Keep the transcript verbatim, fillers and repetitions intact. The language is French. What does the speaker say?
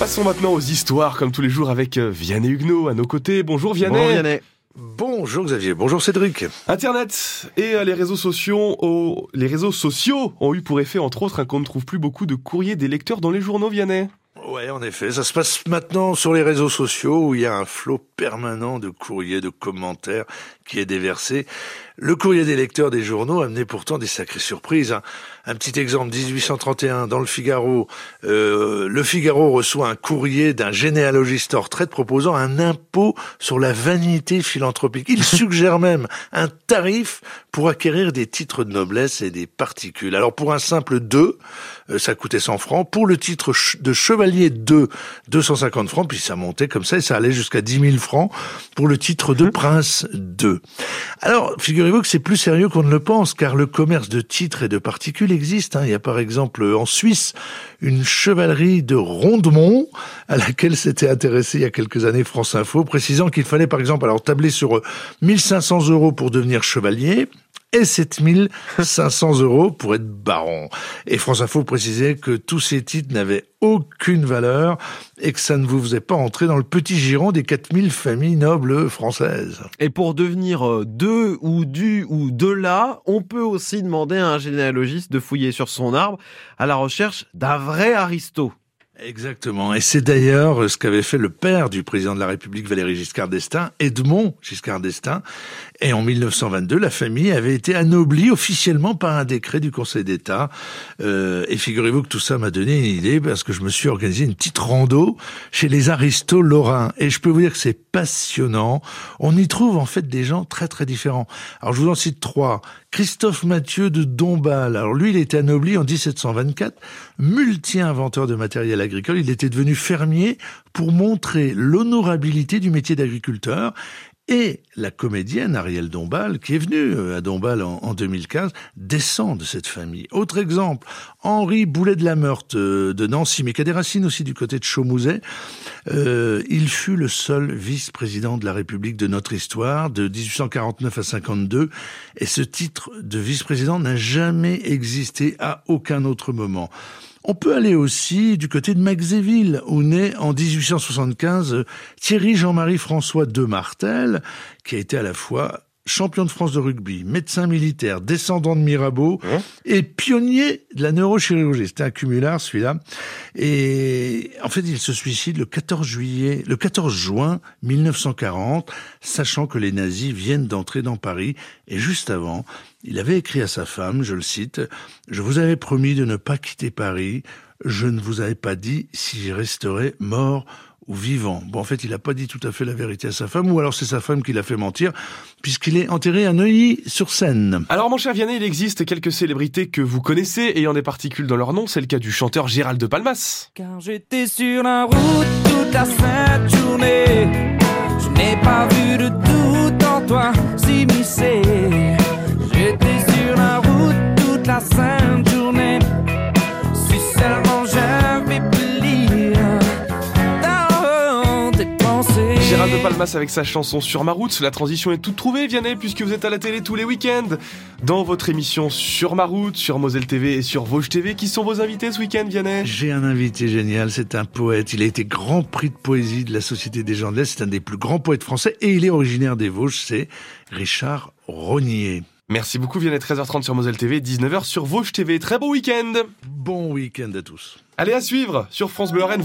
Passons maintenant aux histoires, comme tous les jours, avec Vianney Huguenot à nos côtés. Bonjour Vianney. Bonjour Vianney. Bonjour Xavier, bonjour Cédric. Internet et les réseaux sociaux ont, les réseaux sociaux ont eu pour effet, entre autres, qu'on ne trouve plus beaucoup de courriers des lecteurs dans les journaux, Vianney. Ouais, en effet, ça se passe maintenant sur les réseaux sociaux où il y a un flot permanent de courriers, de commentaires qui est déversé. Le courrier des lecteurs des journaux amenait pourtant des sacrées surprises. Hein. Un petit exemple, dix-huit cent trente et un, dans le Figaro, euh, le Figaro reçoit un courrier d'un généalogiste en retraite proposant un impôt sur la vanité philanthropique. Il suggère même un tarif pour acquérir des titres de noblesse et des particules. Alors pour un simple deux, euh, ça coûtait cent francs. Pour le titre de chevalier deux, deux cent cinquante francs, puis ça montait comme ça et ça allait jusqu'à dix mille francs pour le titre de prince deux. Alors, figurez-vous que c'est plus sérieux qu'on ne le pense, car le commerce de titres et de particules existe. Hein. Il y a par exemple en Suisse une chevalerie de Rondemont à laquelle s'était intéressé il y a quelques années France Info, précisant qu'il fallait par exemple alors tabler sur mille cinq cents euros pour devenir chevalier et sept mille cinq cents euros pour être baron. Et France Info précisait que tous ces titres n'avaient aucune valeur et que ça ne vous faisait pas entrer dans le petit giron des quatre mille familles nobles françaises. Et pour devenir de ou du ou de là, on peut aussi demander à un généalogiste de fouiller sur son arbre à la recherche d'un vrai aristo. Exactement. Et c'est d'ailleurs ce qu'avait fait le père du président de la République, Valéry Giscard d'Estaing, Edmond Giscard d'Estaing. Et en mille neuf cent vingt-deux, la famille avait été anoblie officiellement par un décret du Conseil d'État. Euh, et figurez-vous que tout ça m'a donné une idée parce que je me suis organisé une petite rando chez les aristos lorrains. Et je peux vous dire que c'est passionnant. On y trouve en fait des gens très très différents. Alors je vous en cite trois. Christophe Mathieu de Dombasle. Alors lui, il était anobli en dix-sept cent vingt-quatre, multi-inventeur de matériel agricole. Il était devenu fermier pour montrer l'honorabilité du métier d'agriculteur. Et la comédienne Arielle Dombasle, qui est venue à Dombasle en, en deux mille quinze, descend de cette famille. Autre exemple, Henri Boulet de la Meurthe euh, de Nancy, mais qui a des racines aussi du côté de Chaumouzet. Euh, il fut le seul vice-président de la République de notre histoire, de dix-huit cent quarante-neuf à cinquante-deux, et ce titre de vice-président n'a jamais existé à aucun autre moment. On peut aller aussi du côté de Maxéville, où naît en dix-huit cent soixante-quinze Thierry Jean-Marie François de Martel, qui a été à la fois champion de France de rugby, médecin militaire, descendant de Mirabeau mmh. et pionnier de la neurochirurgie. C'était un cumulard, celui-là. Et en fait, il se suicide le quatorze juillet, le quatorze juin mille neuf cent quarante, sachant que les nazis viennent d'entrer dans Paris. Et juste avant, il avait écrit à sa femme, je le cite, « Je vous avais promis de ne pas quitter Paris. Je ne vous avais pas dit si j'y resterais mort ou vivant. » Bon, en fait, il n'a pas dit tout à fait la vérité à sa femme, ou alors c'est sa femme qui l'a fait mentir, puisqu'il est enterré à Neuilly-sur-Seine. Alors, mon cher Vianney, il existe quelques célébrités que vous connaissez, ayant des particules dans leur nom. C'est le cas du chanteur Gérald de Palmas. Car j'étais sur la route toute la sainte journée. Je n'ai pas vu de doute en toi s'immiscer. J'étais sur la route toute la sainte journée. Si seulement j'avais pu lire dans tes pensées. Gérald de Palmas avec sa chanson Sur ma route. La transition est toute trouvée, Vianney, puisque vous êtes à la télé tous les week-ends dans votre émission Sur ma route, sur Moselle T V et sur Vosges T V. Qui sont vos invités ce week-end, Vianney ? J'ai un invité génial, c'est un poète. Il a été grand prix de poésie de la Société des gens de l'Est. C'est un des plus grands poètes français et il est originaire des Vosges. C'est Richard Rognier. Merci beaucoup, Vianney. treize heures trente sur Moselle T V, dix-neuf heures sur Vosges T V. Très beau week-end. Bon week-end à tous. Allez, à suivre sur France Bleu Lorraine.